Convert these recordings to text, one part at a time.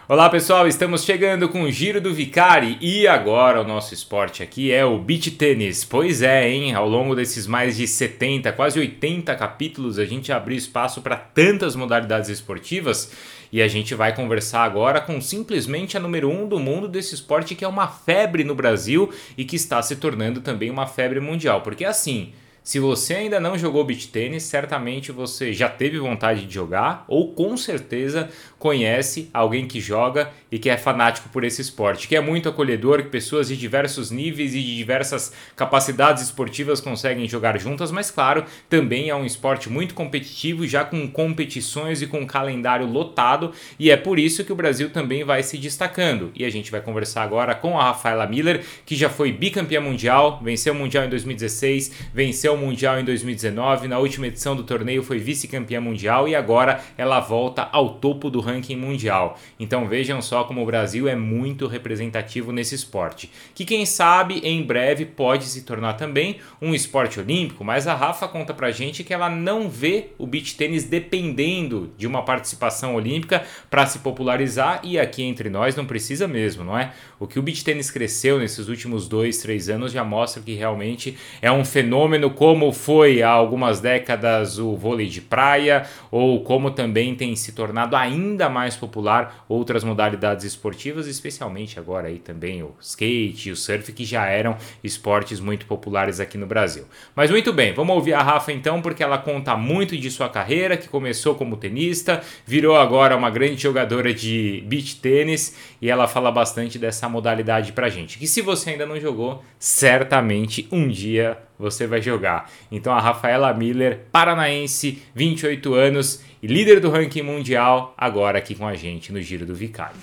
Olá pessoal, estamos chegando com o Giro do Vicari e agora o nosso esporte aqui é o beach tênis. Pois é, hein? Ao longo desses mais de 70, quase 80 capítulos, a gente abriu espaço para tantas modalidades esportivas e a gente vai conversar agora com simplesmente a número um do mundo desse esporte que é uma febre no Brasil e que está se tornando também uma febre mundial. Porque assim, se você ainda não jogou beach tênis, certamente você já teve vontade de jogar ou com certeza conhece alguém que joga e que é fanático por esse esporte, que é muito acolhedor, que pessoas de diversos níveis e de diversas capacidades esportivas conseguem jogar juntas, mas claro, também é um esporte muito competitivo, já com competições e com um calendário lotado, e é por isso que o Brasil também vai se destacando. E a gente vai conversar agora com a Rafaela Miller, que já foi bicampeã mundial, venceu o Mundial em 2016, venceu o Mundial em 2019, na última edição do torneio foi vice-campeã mundial e agora ela volta ao topo do ranking mundial. Então vejam só como o Brasil é muito representativo nesse esporte, que quem sabe em breve pode se tornar também um esporte olímpico, mas a Rafa conta pra gente que ela não vê o beach tênis dependendo de uma participação olímpica para se popularizar, e aqui entre nós não precisa mesmo, não é? O que o beach tênis cresceu nesses últimos 2, 3 anos já mostra que realmente é um fenômeno, como foi há algumas décadas o vôlei de praia, ou como também tem se tornado ainda mais popular outras modalidades esportivas, especialmente agora aí também o skate e o surf, que já eram esportes muito populares aqui no Brasil. Mas muito bem, vamos ouvir a Rafa então, porque ela conta muito de sua carreira, que começou como tenista, virou agora uma grande jogadora de beach tênis, e ela fala bastante dessa modalidade pra gente, que se você ainda não jogou, certamente um dia você vai jogar. Então a Rafaela Miller, paranaense, 28 anos e líder do ranking mundial, agora aqui com a gente no Giro do Vicário.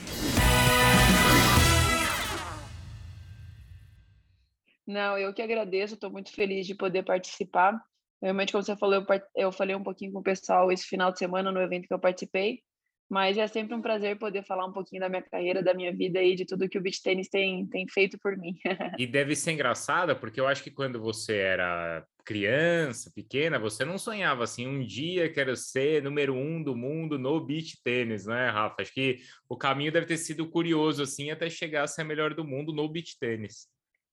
Não, eu que agradeço, estou muito feliz de poder participar. Realmente, como você falou, eu falei um pouquinho com o pessoal esse final de semana no evento que eu participei, mas é sempre um prazer poder falar um pouquinho da minha carreira, da minha vida e de tudo que o beach tênis tem feito por mim. E deve ser engraçado, porque eu acho que quando você era criança, pequena, você não sonhava assim, um dia quero ser número um do mundo no beach tênis, né, Rafa? Acho que o caminho deve ter sido curioso assim até chegar a ser a melhor do mundo no beach tênis.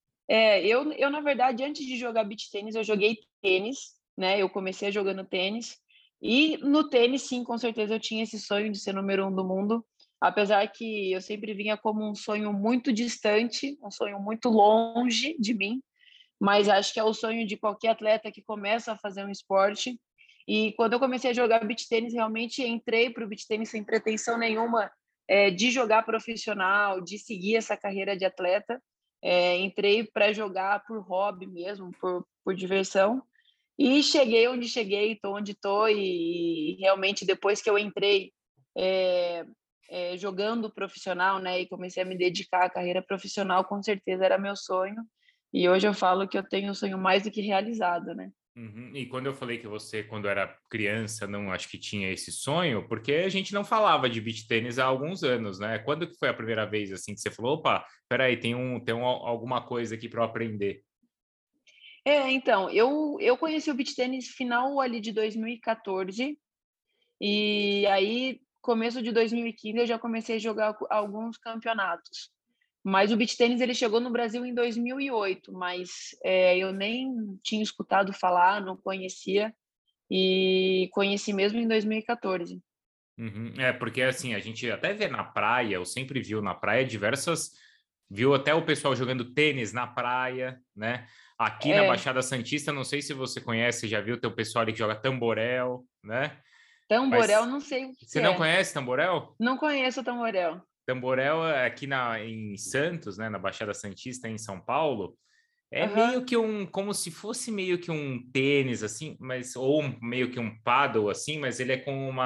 Eu, na verdade, antes de jogar beach tênis, eu joguei tênis, né? Eu comecei jogando tênis. E no tênis, sim, com certeza eu tinha esse sonho de ser número um do mundo. Apesar que eu sempre vinha como um sonho muito distante, um sonho muito longe de mim. Mas acho que é o sonho de qualquer atleta que começa a fazer um esporte. E quando eu comecei a jogar beach tênis, realmente entrei para o beach tênis sem pretensão nenhuma de jogar profissional, de seguir essa carreira de atleta. Entrei para jogar por hobby mesmo, por diversão. E cheguei onde cheguei, estou onde estou, e realmente depois que eu entrei é, jogando profissional, né, e comecei a me dedicar à carreira profissional, com certeza era meu sonho. E hoje eu falo que eu tenho um sonho mais do que realizado, né? Uhum. E quando eu falei que você, quando era criança, não acho que tinha esse sonho, porque a gente não falava de beach tênis há alguns anos, né? Quando que foi a primeira vez assim que você falou, opa, peraí, alguma coisa aqui para eu aprender? Então, eu conheci o beach tênis final ali de 2014, e aí começo de 2015 eu já comecei a jogar alguns campeonatos. Mas o beach tênis ele chegou no Brasil em 2008, mas eu nem tinha escutado falar, não conhecia, e conheci mesmo em 2014. Uhum. É, porque assim, a gente até vê na praia, eu sempre viu na praia diversas, viu até o pessoal jogando tênis na praia, né? Aqui na É, Baixada Santista, não sei se você conhece, já viu, tem o pessoal ali que joga tamborel, né? tamborel, Mas não sei o que você que não é. conhece tamborel? Não conheço o tamborel. Tamborel é aqui em Santos, né, na Baixada Santista, em São Paulo, é meio Aham. que como se fosse meio que um tênis, assim, mas, ou meio que um paddle, assim, mas ele é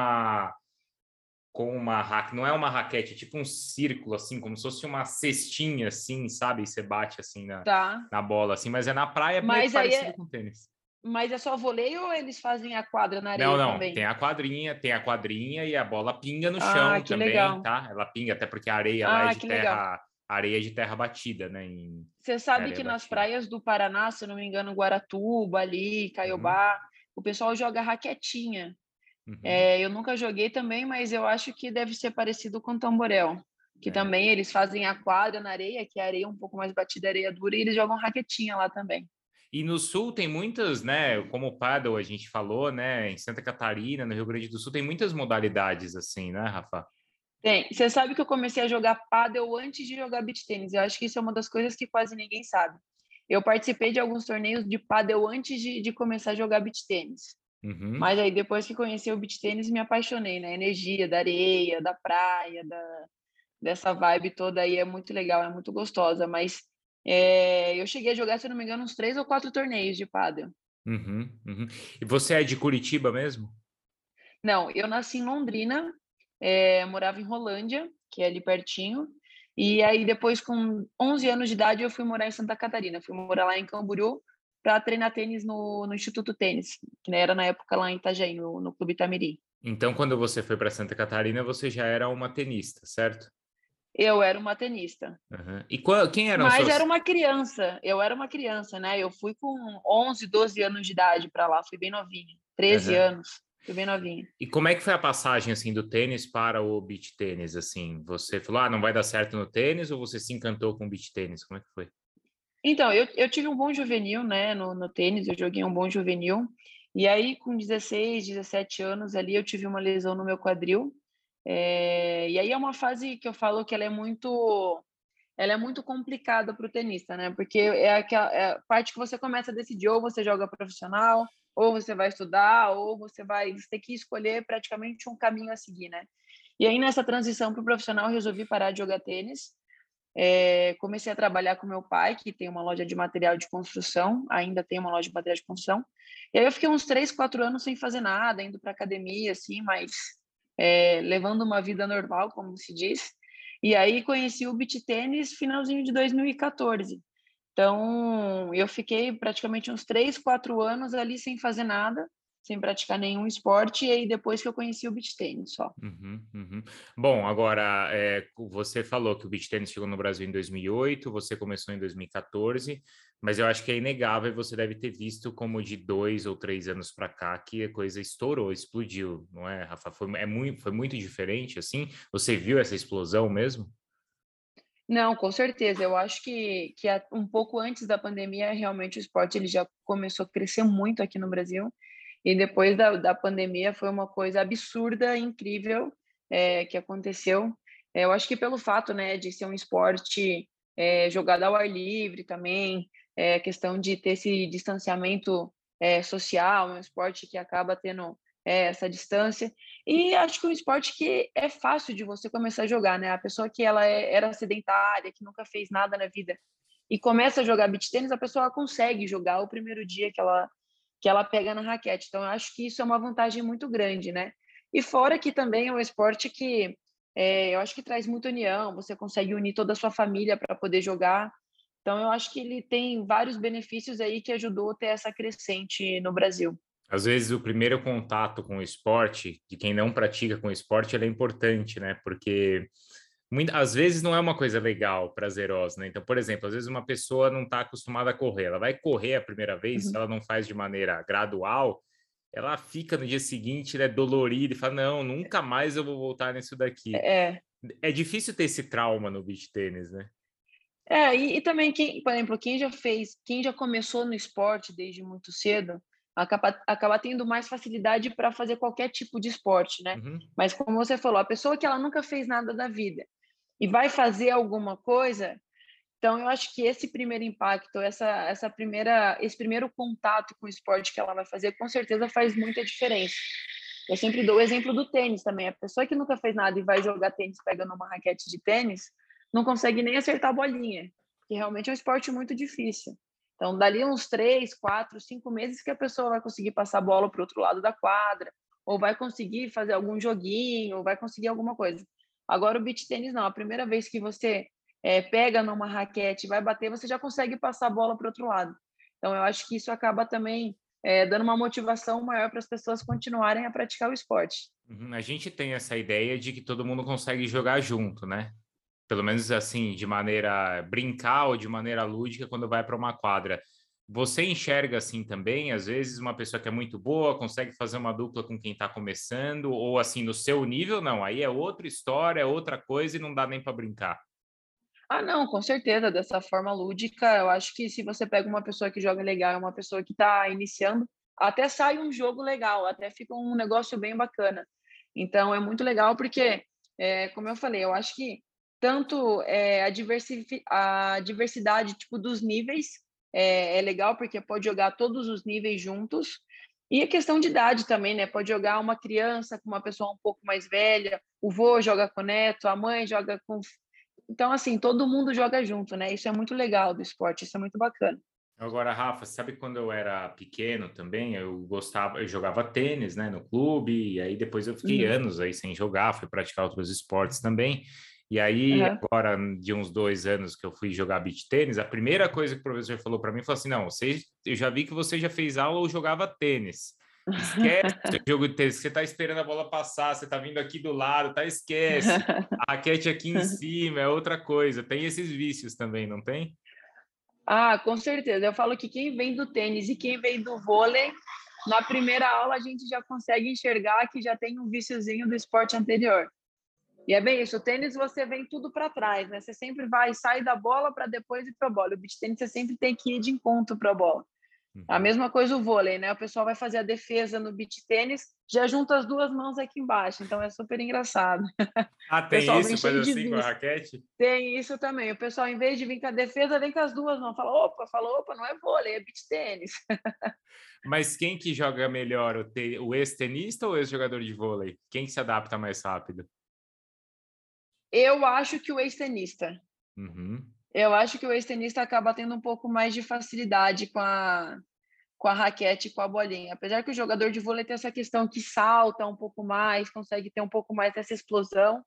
com uma raquete, não é uma raquete, é tipo um círculo, assim, como se fosse uma cestinha, assim, sabe? E você bate, assim, na, Tá. na bola, assim, mas é na praia, é meio que Mas aí parecido é com tênis. mas é só voleio ou eles fazem a quadra na Não, areia não, também? tem a quadrinha e a bola pinga no Ah, chão que também, legal. tá? Ela pinga, até porque a areia lá é Ah, de que legal. terra, areia de terra batida, né? Você É sabe areia que nas batida. praias do Paraná, se eu não me engano, Guaratuba ali, Uhum, Caiobá, o pessoal joga raquetinha. uhum. Eu nunca joguei também, mas eu acho que deve ser parecido com tamborel. que também eles fazem a quadra na areia, que é areia um pouco mais batida, areia dura, e eles jogam raquetinha lá também. E no Sul tem muitas, né? Como o paddle a gente falou, né? Em Santa Catarina, no Rio Grande do Sul, tem muitas modalidades assim, né, Rafa? Tem. Você sabe que eu comecei a jogar pádel antes de jogar beach tênis. Eu acho que isso é uma das coisas que quase ninguém sabe. Eu participei de alguns torneios de pádel antes de começar a jogar beach tênis. Uhum, Mas aí depois que conheci o beach tênis, me apaixonei, né? A energia da areia, da praia, dessa vibe toda aí é muito legal, é muito gostosa. Mas eu cheguei a jogar, se eu não me engano, uns 3 ou 4 torneios de pádel. uhum. E você é de Curitiba mesmo? Não, eu nasci em Londrina, morava em Rolândia, que é ali pertinho. E aí depois, com 11 anos de idade, eu fui morar em Santa Catarina. Fui morar lá em Camboriú para treinar tênis no Instituto Tênis, que né, era na época lá em Itajaí, no Clube Itamiri. Então, quando você foi para Santa Catarina, você já era uma tenista, certo? Eu era uma tenista. Uhum. E quem eram os Mas seus? era uma criança, eu era uma criança, né? Eu fui com 11, 12 anos de idade para lá, fui bem novinha. 13 Uhum. anos, fui bem novinha. E como é que foi a passagem assim do tênis para o beach tênis? Assim, você falou, ah, não vai dar certo no tênis, ou você se encantou com o beach tênis? Como é que foi? Então, eu tive um bom juvenil, né, no tênis, eu joguei um bom juvenil, e aí com 16, 17 anos ali eu tive uma lesão no meu quadril, e aí é uma fase que eu falo que ela é muito complicada para o tenista, né, porque é a parte que você começa a decidir, ou você joga profissional, ou você vai estudar, ou você tem que escolher praticamente um caminho a seguir, né. E aí nessa transição para o profissional eu resolvi parar de jogar tênis, comecei a trabalhar com meu pai, que tem uma loja de material de construção, ainda tem uma loja de material de construção. E aí eu fiquei uns 3, 4 anos sem fazer nada, indo para academia, assim, mas levando uma vida normal, como se diz. E aí conheci o beach tênis finalzinho de 2014. Então, eu fiquei praticamente uns 3, 4 anos ali sem fazer nada, sem praticar nenhum esporte, e aí depois que eu conheci o beach tênis só. Uhum. Bom, agora, você falou que o beach tennis chegou no Brasil em 2008, você começou em 2014, mas eu acho que é inegável, e você deve ter visto como de 2 ou 3 anos para cá que a coisa estourou, explodiu, não é, Rafa? Foi muito diferente, assim? Você viu essa explosão mesmo? Não, com certeza. Eu acho que um pouco antes da pandemia, realmente o esporte ele já começou a crescer muito aqui no Brasil. E depois da pandemia foi uma coisa absurda, incrível, que aconteceu. Eu acho que pelo fato, né, de ser um esporte jogado ao ar livre também, questão de ter esse distanciamento social, um esporte que acaba tendo essa distância. E acho que é um esporte que é fácil de você começar a jogar, né? A pessoa que ela era sedentária, que nunca fez nada na vida e começa a jogar beach tênis, a pessoa consegue jogar o primeiro dia que ela pega na raquete. Então, eu acho que isso é uma vantagem muito grande, né? E fora que também é um esporte que eu acho que traz muita união, você consegue unir toda a sua família para poder jogar. Então, eu acho que ele tem vários benefícios aí que ajudou a ter essa crescente no Brasil. Às vezes o primeiro contato com o esporte, de quem não pratica com o esporte, ele é importante, né? Porque às vezes não é uma coisa legal, prazerosa, né? Então, por exemplo, às vezes uma pessoa não está acostumada a correr, ela vai correr a primeira vez, se Uhum. ela não faz de maneira gradual, ela fica no dia seguinte, né, dolorida e fala, não, nunca mais eu vou voltar nisso daqui. É, É difícil ter esse trauma no beach tênis, né? e também quem, por exemplo, quem já começou no esporte desde muito cedo, acaba tendo mais facilidade para fazer qualquer tipo de esporte, né? Uhum. Mas como você falou, a pessoa que ela nunca fez nada da vida e vai fazer alguma coisa, então eu acho que esse primeiro impacto, esse primeiro contato com o esporte que ela vai fazer, com certeza faz muita diferença. Eu sempre dou o exemplo do tênis também. A pessoa que nunca fez nada e vai jogar tênis pegando uma raquete de tênis, não consegue nem acertar a bolinha, que realmente é um esporte muito difícil. Então, dali uns 3, 4, 5 meses que a pessoa vai conseguir passar a bola para o outro lado da quadra, ou vai conseguir fazer algum joguinho, ou vai conseguir alguma coisa. Agora, o beach tênis não. A primeira vez que você pega numa raquete e vai bater, você já consegue passar a bola para o outro lado. Então, eu acho que isso acaba também dando uma motivação maior para as pessoas continuarem a praticar o esporte. Uhum. A gente tem essa ideia de que todo mundo consegue jogar junto, né? Pelo menos assim, de maneira brincar ou de maneira lúdica quando vai para uma quadra. Você enxerga assim também, às vezes uma pessoa que é muito boa consegue fazer uma dupla com quem está começando, ou assim, no seu nível, não, aí é outra história, é outra coisa e não dá nem para brincar. Ah, não, com certeza, dessa forma lúdica, eu acho que se você pega uma pessoa que joga legal, uma pessoa que está iniciando, até sai um jogo legal, até fica um negócio bem bacana. Então é muito legal porque, como eu falei, eu acho que tanto a diversidade tipo dos níveis é legal porque pode jogar todos os níveis juntos. E a questão de idade também, né? Pode jogar uma criança com uma pessoa um pouco mais velha, o vô joga com o neto, a mãe joga com. Então, assim, todo mundo joga junto, né? Isso é muito legal do esporte, isso é muito bacana. Agora, Rafa, sabe quando eu era pequeno também, eu jogava tênis, né, no clube, e aí depois eu fiquei Uhum, anos aí sem jogar, fui praticar outros esportes também. E aí, aham. agora, de uns 2 anos que eu fui jogar beach tênis, a primeira coisa que o professor falou para mim foi assim: não, eu já vi que você já fez aula ou jogava tênis. Esquece o jogo de tênis, você está esperando a bola passar, você está vindo aqui do lado, tá? Esquece. A raquete aqui em cima é outra coisa. Tem esses vícios também, não tem? Ah, com certeza. Eu falo que quem vem do tênis e quem vem do vôlei, na primeira aula a gente já consegue enxergar que já tem um viciozinho do esporte anterior. E é bem isso, o tênis você vem tudo para trás, né? Você sempre vai sair da bola para depois ir para a bola. O beach tênis você sempre tem que ir de encontro para a bola. A Uhum. mesma coisa o vôlei, né? O pessoal vai fazer a defesa no beach tênis, já junta as duas mãos aqui embaixo, então é super engraçado. Ah, O tem pessoal vem isso? Faz cheio de assim com a vício. raquete? Tem isso também. O pessoal, em vez de vir com a defesa, vem com as duas mãos. Fala, opa, não é vôlei, é beach tênis. Mas quem que joga melhor, o ex-tenista ou o ex-jogador de vôlei? Quem que se adapta mais rápido? Eu acho que o ex-tenista. Uhum. Eu acho que o ex-tenista acaba tendo um pouco mais de facilidade com a raquete e com a bolinha. Apesar que o jogador de vôlei tem essa questão que salta um pouco mais, consegue ter um pouco mais dessa explosão.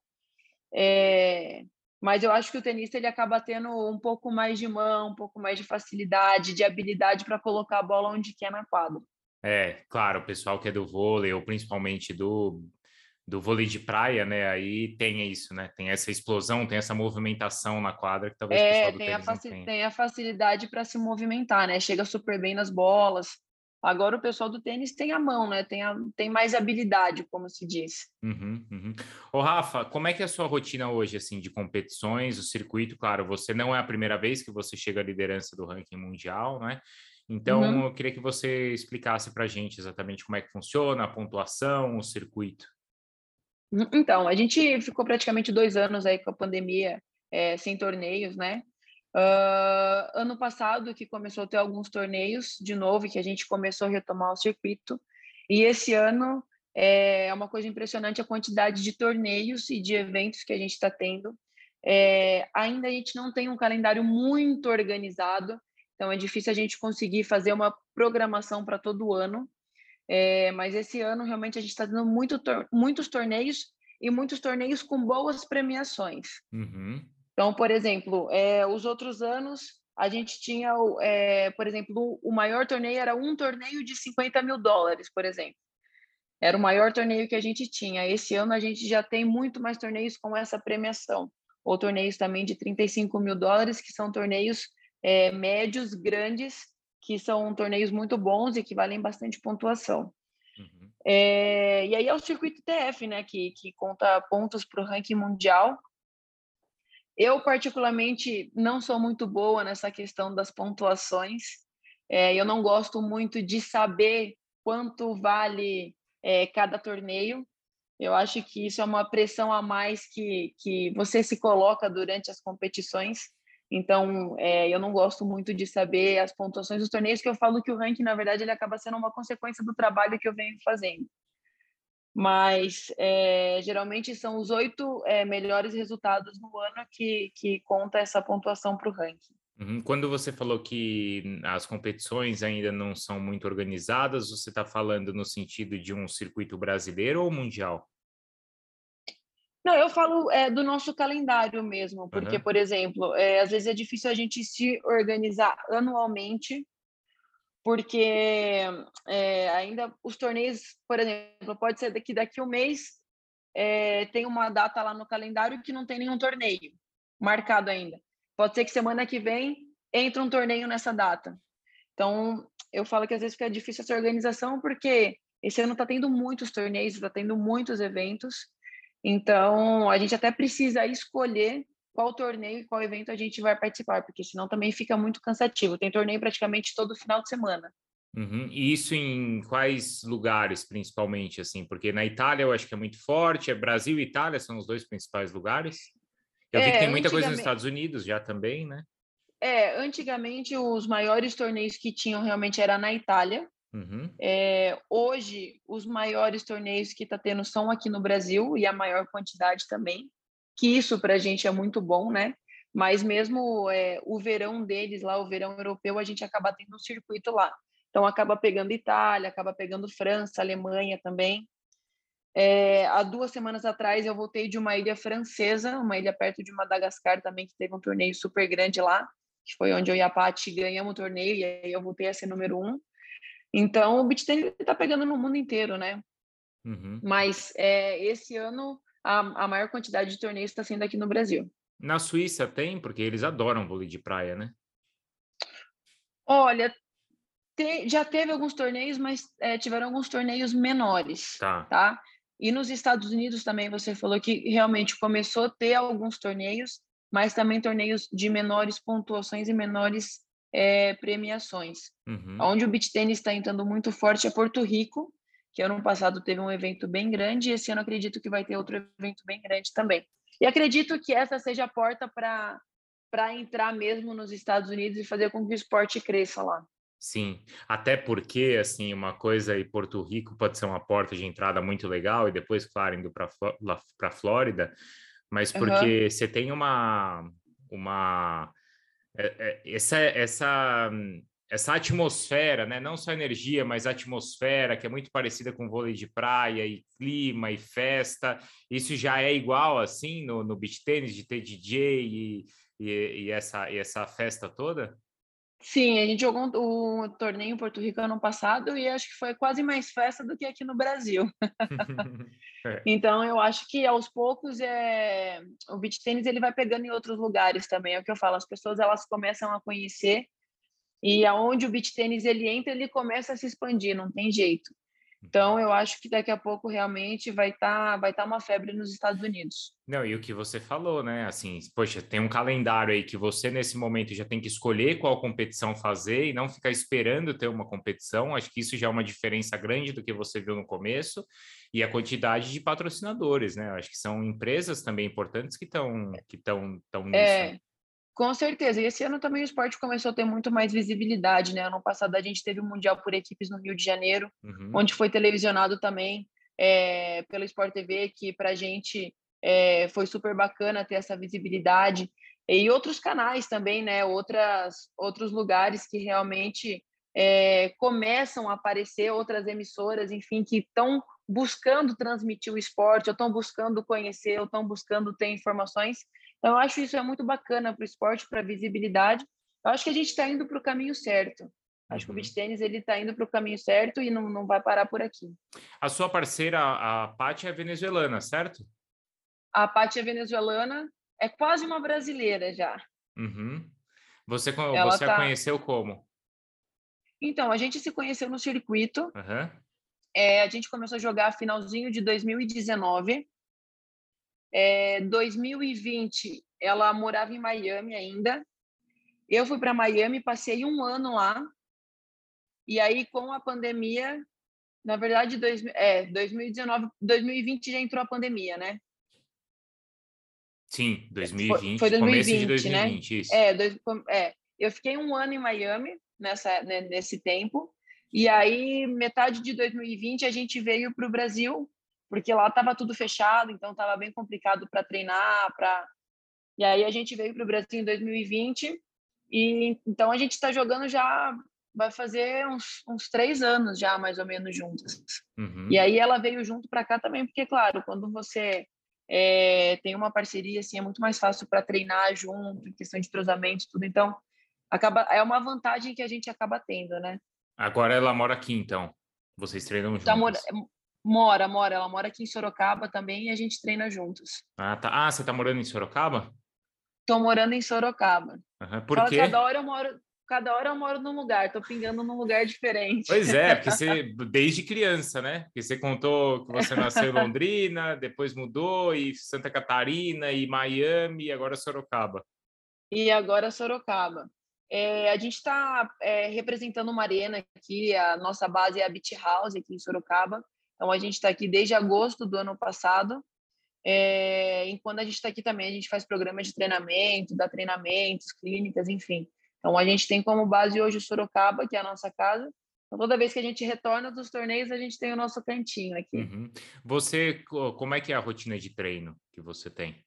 Mas eu acho que o tenista ele acaba tendo um pouco mais de mão, um pouco mais de facilidade, de habilidade para colocar a bola onde quer na quadra. É, claro, o pessoal que é do vôlei, ou principalmente do vôlei de praia, né? Aí tem isso, né? Tem essa explosão, tem essa movimentação na quadra que talvez o pessoal do tênis não tenha. Tem a facilidade para se movimentar, né? Chega super bem nas bolas. Agora o pessoal do tênis tem a mão, né? Tem mais habilidade, como se diz. Uhum, uhum. Ô, Rafa, como é que é a sua rotina hoje, assim, de competições, o circuito? Claro, você não é a primeira vez que você chega à liderança do ranking mundial, né? Então, Uhum. eu queria que você explicasse para a gente exatamente como é que funciona a pontuação, o circuito. Então, a gente ficou praticamente 2 anos aí com a pandemia, sem torneios, né? Ano passado que começou a ter alguns torneios de novo, que a gente começou a retomar o circuito. E esse ano é uma coisa impressionante a quantidade de torneios e de eventos que a gente está tendo. Ainda a gente não tem um calendário muito organizado, então é difícil a gente conseguir fazer uma programação para todo o ano. Mas esse ano realmente a gente está tendo muitos torneios e muitos torneios com boas premiações. Uhum, Então, por exemplo, os outros anos a gente tinha, por exemplo, o maior torneio era um torneio de US$ 50.000, por exemplo. Era o maior torneio que a gente tinha. Esse ano a gente já tem muito mais torneios com essa premiação. Ou torneios também de US$ 35.000, que são torneios médios, grandes, que são torneios muito bons e que valem bastante pontuação. uhum. E aí é o circuito TF, né, que conta pontos para o ranking mundial. Eu, particularmente, não sou muito boa nessa questão das pontuações. Eu não gosto muito de saber quanto vale cada torneio. Eu acho que isso é uma pressão a mais que você se coloca durante as competições. Então, eu não gosto muito de saber as pontuações dos torneios, que eu falo que o ranking, na verdade, ele acaba sendo uma consequência do trabalho que eu venho fazendo. Mas geralmente são os 8 melhores resultados no ano que conta essa pontuação para o ranking. Uhum. Quando você falou que as competições ainda não são muito organizadas, você está falando no sentido de um circuito brasileiro ou mundial? Não, eu falo do nosso calendário mesmo, porque, Aham. por exemplo, às vezes é difícil a gente se organizar anualmente, porque ainda os torneios, por exemplo, pode ser que daqui um mês tem uma data lá no calendário que não tem nenhum torneio marcado ainda. Pode ser que semana que vem entre um torneio nessa data. Então, eu falo que às vezes fica difícil essa organização, porque esse ano está tendo muitos torneios, está tendo muitos eventos, então a gente até precisa escolher qual torneio e qual evento a gente vai participar, porque senão também fica muito cansativo. Tem torneio praticamente todo final de semana. Uhum. E isso em quais lugares, principalmente, assim? Porque na Itália eu acho que é muito forte, é Brasil e Itália são os dois principais lugares. Eu vi que É, tem muita coisa nos antigamente, Estados Unidos já também, né? antigamente os maiores torneios que tinham realmente era na Itália. Uhum. Hoje, os maiores torneios que está tendo são aqui no Brasil e a maior quantidade também, que isso para a gente é muito bom, né? Mas mesmo o verão deles lá, o verão europeu, a gente acaba tendo um circuito lá. Então, acaba pegando Itália, acaba pegando França, Alemanha também. Há 2 semanas atrás, eu voltei de uma ilha francesa, uma ilha perto de Madagascar também, que teve um torneio super grande lá, que foi onde eu e a Paty ganhamos o torneio, e aí eu voltei a ser número 1. Então, o beach tennis está pegando no mundo inteiro, né? Uhum. Mas esse ano a maior quantidade de torneios está sendo aqui no Brasil. Na Suíça tem, porque eles adoram vôlei de praia, né? Olha, já teve alguns torneios, mas tiveram alguns torneios menores, Tá. tá? E nos Estados Unidos também você falou que realmente começou a ter alguns torneios, mas também torneios de menores pontuações e menores premiações. Uhum. Onde o beach tennis está entrando muito forte é Porto Rico, que ano passado teve um evento bem grande, e esse ano acredito que vai ter outro evento bem grande também. E acredito que essa seja a porta para entrar mesmo nos Estados Unidos e fazer com que o esporte cresça lá. Sim, até porque, assim, uma coisa, e Porto Rico pode ser uma porta de entrada muito legal, e depois, claro, indo para Flórida, mas Aham. porque você tem uma essa atmosfera, né? Não só energia, mas atmosfera, que é muito parecida com vôlei de praia, e clima, e festa, isso já é igual, assim, no beach tennis, de ter DJ e essa festa toda? Sim, a gente jogou um torneio em Porto Rico ano passado e acho que foi quase mais festa do que aqui no Brasil. É. Então, eu acho que aos poucos o beach tênis ele vai pegando em outros lugares também. É o que eu falo, as pessoas elas começam a conhecer e aonde o beach tênis ele entra, ele começa a se expandir, não tem jeito. Então, eu acho que daqui a pouco realmente vai tá uma febre nos Estados Unidos. Não, e o que você falou, né? Assim, poxa, tem um calendário aí que você, nesse momento, já tem que escolher qual competição fazer e não ficar esperando ter uma competição. Acho que isso já é uma diferença grande do que você viu no começo. E a quantidade de patrocinadores, né? Acho que são empresas também importantes que estão nisso. É, com certeza. E esse ano também o esporte começou a ter muito mais visibilidade, né? Ano passado a gente teve o Mundial por equipes no Rio de Janeiro, Uhum. onde foi televisionado também pela Sport TV, que para a gente foi super bacana ter essa visibilidade. E outros canais também, né? Outros lugares que realmente começam a aparecer, outras emissoras, enfim, que estão buscando transmitir o esporte, ou estão buscando conhecer, ou estão buscando ter informações. Então, eu acho isso é muito bacana para o esporte, para a visibilidade. Eu acho que a gente está indo para o caminho certo. Acho que o beach Uhum. tênis ele está indo para o caminho certo e não vai parar por aqui. A sua parceira, a Paty, é venezuelana, certo? A Paty é venezuelana, é quase uma brasileira já. Uhum. Você, Ela você a tá. conheceu como? Então, a gente se conheceu no circuito. Aham. A gente começou a jogar finalzinho de 2019. 2020, ela morava em Miami ainda. Eu fui para Miami, passei um ano lá. E aí, com a pandemia, na verdade, 2019, 2020 já entrou a pandemia, né? Sim, Foi 2020, começo de 2020, né? 2020, isso. Eu fiquei um ano em Miami nesse tempo, e aí, metade de 2020, a gente veio para o Brasil, porque lá estava tudo fechado, então estava bem complicado para treinar, e aí a gente veio para o Brasil em 2020, e então a gente está jogando já, vai fazer uns 3 anos já, mais ou menos, juntas. E Uhum. aí ela veio junto para cá também, porque, claro, quando você tem uma parceria, assim, é muito mais fácil para treinar junto, em questão de trozamento, tudo. Então, é uma vantagem que a gente acaba tendo, né? Agora ela mora aqui, então. Vocês treinam Tá, juntas. ela mora aqui em Sorocaba também e a gente treina juntos. Ah, tá. Ah, você tá morando em Sorocaba? Tô morando em Sorocaba. Aham. Por Fala que quê? adoro, eu moro. cada hora eu moro num lugar, tô pingando num lugar diferente. Pois é, porque você, desde criança, né? Porque você contou que você nasceu em Londrina, depois mudou, e Santa Catarina, e Miami, e agora Sorocaba. E agora Sorocaba. A gente está representando uma arena aqui, a nossa base é a Beach House aqui em Sorocaba. Então a gente está aqui desde agosto do ano passado. E quando a gente está aqui também, a gente faz programas de treinamento, dá treinamentos, clínicas, enfim. Então a gente tem como base hoje o Sorocaba, que é a nossa casa. Então, toda vez que a gente retorna dos torneios, a gente tem o nosso cantinho aqui. Uhum. Como é que é a rotina de treino que você tem?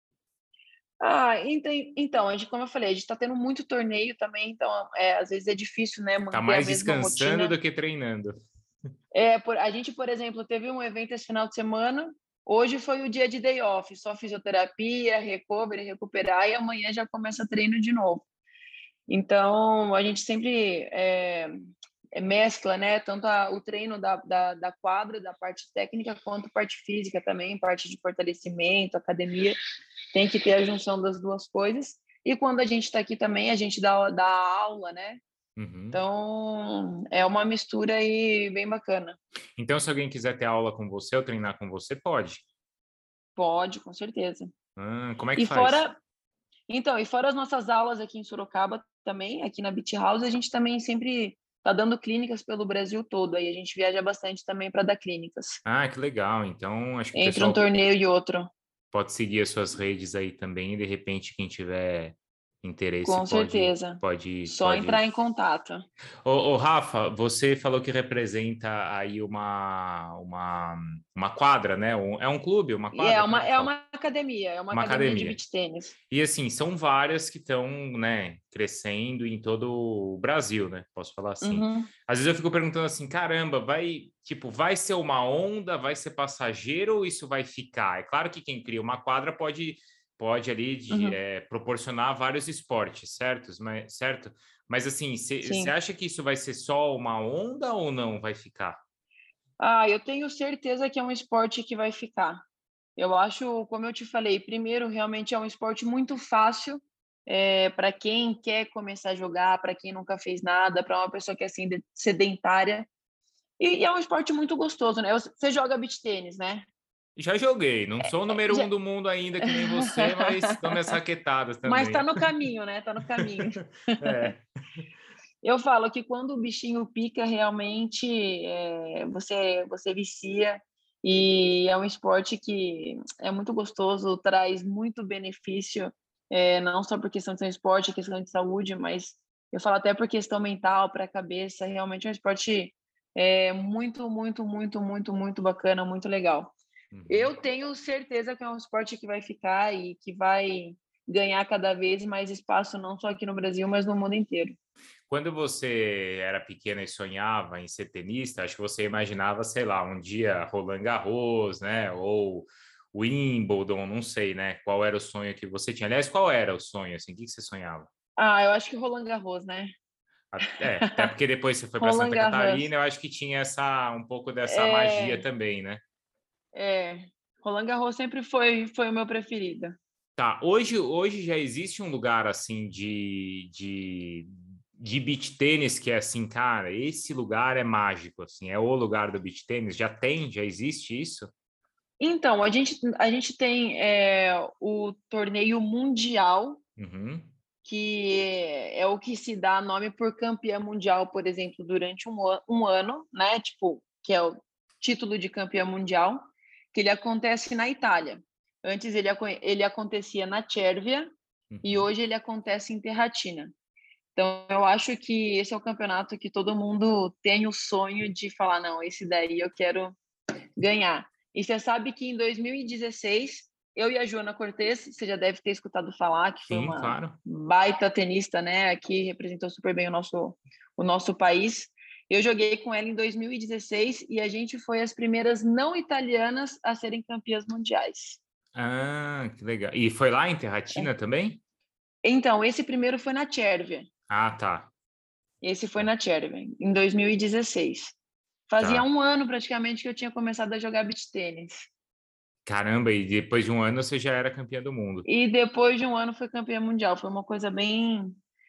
Então, como eu falei, a gente está tendo muito torneio também, então às vezes é difícil, né, Tá manter a mais mesma descansando rotina. do que treinando. A gente, por exemplo, teve um evento esse final de semana. Hoje foi o dia de day off, só fisioterapia, recovery, recuperar, e amanhã já começa treino de novo. Então, a gente sempre mescla, né? Tanto o treino da quadra, da parte técnica, quanto parte física também, parte de fortalecimento, academia. Tem que ter a junção das duas coisas. E quando a gente está aqui também, a gente dá aula, né? Uhum. Então, é uma mistura aí bem bacana. Então, se alguém quiser ter aula com você ou treinar com você, pode. Pode, com certeza. Como é que E faz? fora, e fora as nossas aulas aqui em Sorocaba também, aqui na Beach House, a gente também sempre está dando clínicas pelo Brasil todo. Aí a gente viaja bastante também para dar clínicas, Ah, que legal. Então, acho que o entre um pessoal torneio e outro. pode seguir as suas redes aí também, e de repente, quem tiver interesse Com certeza. Só pode. entrar em contato. Ô, Rafa, você falou que representa aí uma quadra, né? É um clube, uma E quadra? Como é que fala? é uma Uma academia de academia. beach tênis. E assim, são várias que estão, né, crescendo em todo o Brasil, né? Posso falar assim. Uhum. Às vezes eu fico perguntando assim, caramba, vai ser uma onda, vai ser passageiro ou isso vai ficar? É claro que quem cria uma quadra pode ali Uhum. proporcionar vários esportes, certo? Mas assim, você Sim. acha que isso vai ser só uma onda ou não vai ficar? Eu tenho certeza que é um esporte que vai ficar. Eu acho, como eu te falei, primeiro, realmente é um esporte muito fácil para quem quer começar a jogar, para quem nunca fez nada, para uma pessoa que é sedentária. E é um esporte muito gostoso, né? Você joga beach tênis, né? Já joguei, não sou o número um Já... do mundo ainda que nem você, mas estou minhas raquetadas Mas tá também. no caminho, né? Tá no caminho. É. Eu falo que quando o bichinho pica, realmente você vicia. E é um esporte que é muito gostoso, traz muito benefício, não só por questão de ser um esporte, questão de saúde, mas eu falo até por questão mental, para a cabeça. Realmente é um esporte muito, muito, muito, muito, muito bacana, muito legal. Uhum. Eu tenho certeza que é um esporte que vai ficar e que vai ganhar cada vez mais espaço, não só aqui no Brasil, mas no mundo inteiro. Quando você era pequena e sonhava em ser tenista, acho que você imaginava, sei lá, um dia Roland Garros, né? Ou Wimbledon, não sei, né? Qual era o sonho que você tinha? Aliás, qual era o sonho, assim? O que você sonhava? Eu acho que Roland Garros, né? Até porque depois você foi para Roland Santa Garros. Catarina, eu acho que tinha um pouco dessa magia É, também, né? é. Roland Garros sempre foi o meu preferido. Tá, hoje já existe um lugar assim de beach tênis que é assim, cara, esse lugar é mágico, assim, é o lugar do beach tênis, já existe isso? Então, a gente tem o torneio mundial, Uhum, que é o que se dá nome por campeã mundial, por exemplo, durante um ano, né? Tipo, que é o título de campeã mundial, que ele acontece na Itália. Antes ele acontecia na Sérvia e uhum. hoje ele acontece em Terratina. Então, eu acho que esse é o campeonato que todo mundo tem o sonho de falar, não, esse daí eu quero ganhar. E você sabe que em 2016, eu e a Joana Cortez, você já deve ter escutado falar, que foi Sim, uma claro. baita tenista, né? Aqui representou super bem o nosso país. Eu joguei com ela em 2016 e a gente foi as primeiras não italianas a serem campeãs mundiais. Ah, que legal. E foi lá em Terratina também? Então, esse primeiro foi na Sérvia. Ah, tá. Esse foi na Sérvia, em 2016. Fazia Tá. um ano praticamente que eu tinha começado a jogar beach tênis. Caramba, e depois de um ano você já era campeã do mundo. E depois de um ano foi campeã mundial. Foi uma coisa bem,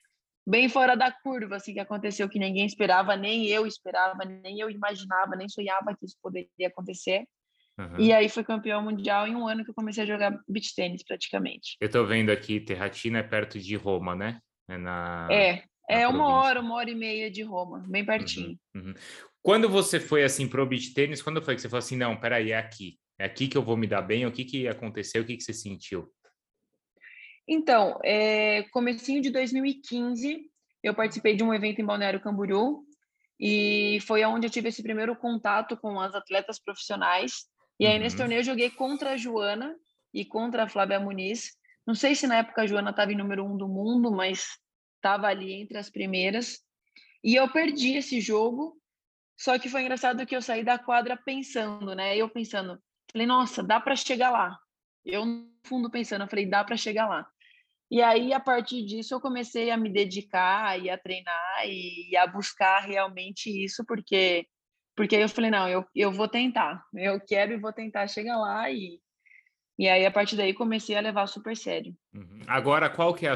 bem fora da curva, assim, que aconteceu que ninguém esperava, nem eu imaginava, nem sonhava que isso poderia acontecer. E Aham. aí fui campeão mundial em um ano que eu comecei a jogar beach tênis praticamente. Eu tô vendo aqui, Terratina é perto de Roma, né? É na É província. 1 hora e meia de Roma, bem Uhum, pertinho. uhum. Quando você foi assim pro beach tênis, quando foi que você falou assim, não, peraí, é aqui. É aqui que eu vou me dar bem. O que que aconteceu? O que que você sentiu? Então, comecinho de 2015, eu participei de um evento em Balneário Camboriú e foi onde eu tive esse primeiro contato com as atletas profissionais. E aí, nesse Uhum. torneio, eu joguei contra a Joana e contra a Flávia Muniz. Não sei se na época a Joana estava em número 1 do mundo, mas estava ali entre as primeiras. E eu perdi esse jogo, só que foi engraçado que eu saí da quadra pensando, né? Eu pensando, falei, nossa, dá para chegar lá. Eu, no fundo, pensando, eu falei, dá para chegar lá. E aí, a partir disso, eu comecei a me dedicar e a treinar e a buscar realmente isso, porque aí eu falei, não, eu vou tentar, eu quero e vou tentar chegar lá. E aí, a partir daí, comecei a levar super sério. Uhum. Agora, qual que é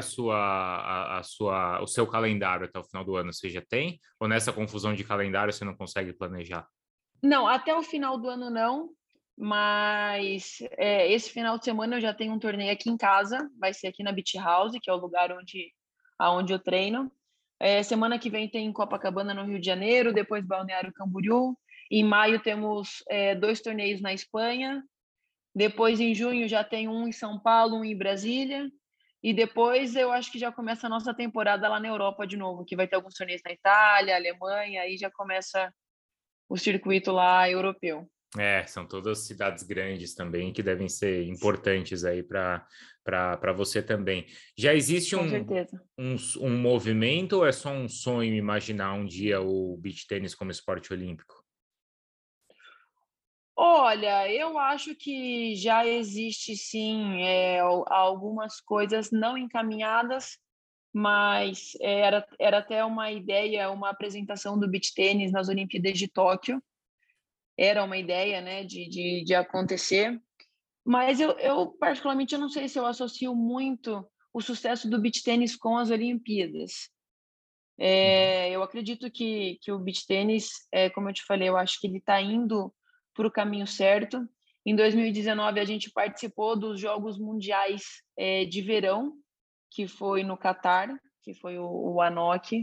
o seu calendário até o final do ano? Você já tem? Ou nessa confusão de calendário você não consegue planejar? Não, até o final do ano não, mas esse final de semana eu já tenho um torneio aqui em casa, vai ser aqui na Beach House, que é o lugar aonde eu treino. Semana que vem tem Copacabana, no Rio de Janeiro, depois Balneário Camboriú. Em maio temos 2 torneios na Espanha. Depois, em junho, já tem um em São Paulo, um em Brasília. E depois eu acho que já começa a nossa temporada lá na Europa de novo, que vai ter alguns torneios na Itália, Alemanha, aí já começa o circuito lá europeu. É, são todas cidades grandes também que devem ser importantes aí para você também. Já existe Com certeza. um movimento ou é só um sonho imaginar um dia o beach tênis como esporte olímpico? Olha, eu acho que já existe sim algumas coisas não encaminhadas, mas era até uma ideia, uma apresentação do beach tênis nas Olimpíadas de Tóquio. Era uma ideia, né, de acontecer. Mas eu, particularmente, eu não sei se eu associo muito o sucesso do beach tênis com as Olimpíadas. Uhum. Eu acredito que o beach tênis, como eu te falei, eu acho que ele está indo para o caminho certo. Em 2019, a gente participou dos Jogos Mundiais de Verão, que foi no Catar, que foi o ANOC.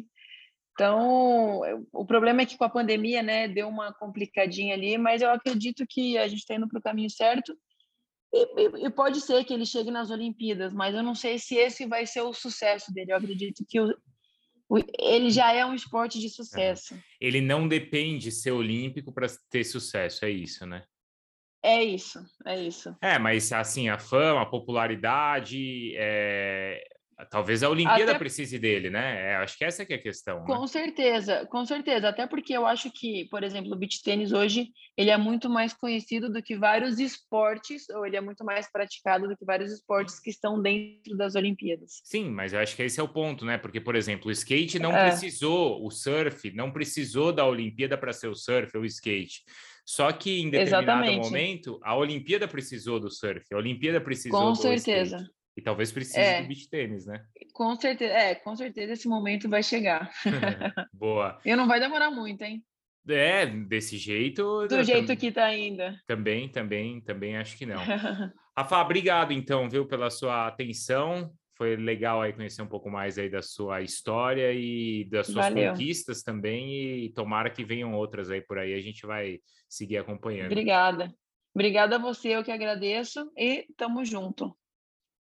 Então, o problema é que com a pandemia, né, deu uma complicadinha ali, mas eu acredito que a gente está indo para o caminho certo. E pode ser que ele chegue nas Olimpíadas, mas eu não sei se esse vai ser o sucesso dele. Eu acredito que ele já é um esporte de Aham. sucesso. Ele não depende de ser olímpico para ter sucesso, é isso, né? É isso, é isso. É, mas assim, a fama, a popularidade, talvez a Olimpíada Até precise dele, né? Acho que essa que é a questão, né? com certeza, com certeza. Até porque eu acho que, por exemplo, o beach tênis hoje ele é muito mais conhecido do que vários esportes, ou ele é muito mais praticado do que vários esportes que estão dentro das Olimpíadas. Sim, mas eu acho que esse é o ponto, né? Porque, por exemplo, o skate não É, precisou, o surf não precisou da Olimpíada para ser o surf ou o skate. Só que em determinado exatamente. momento, a Olimpíada precisou do surf, a Olimpíada precisou Com do skate. certeza. E talvez precise do É, beach tênis, né? com certeza esse momento vai chegar. Boa. E não vai demorar muito, hein? É, desse jeito, Do jeito que tá ainda. também acho que não. Rafa, obrigado então, viu, pela sua atenção. Foi legal aí conhecer um pouco mais aí da sua história e das suas Valeu. conquistas também e tomara que venham outras aí por aí, a gente vai seguir acompanhando. Obrigada. Obrigada a você, eu que agradeço e tamo junto.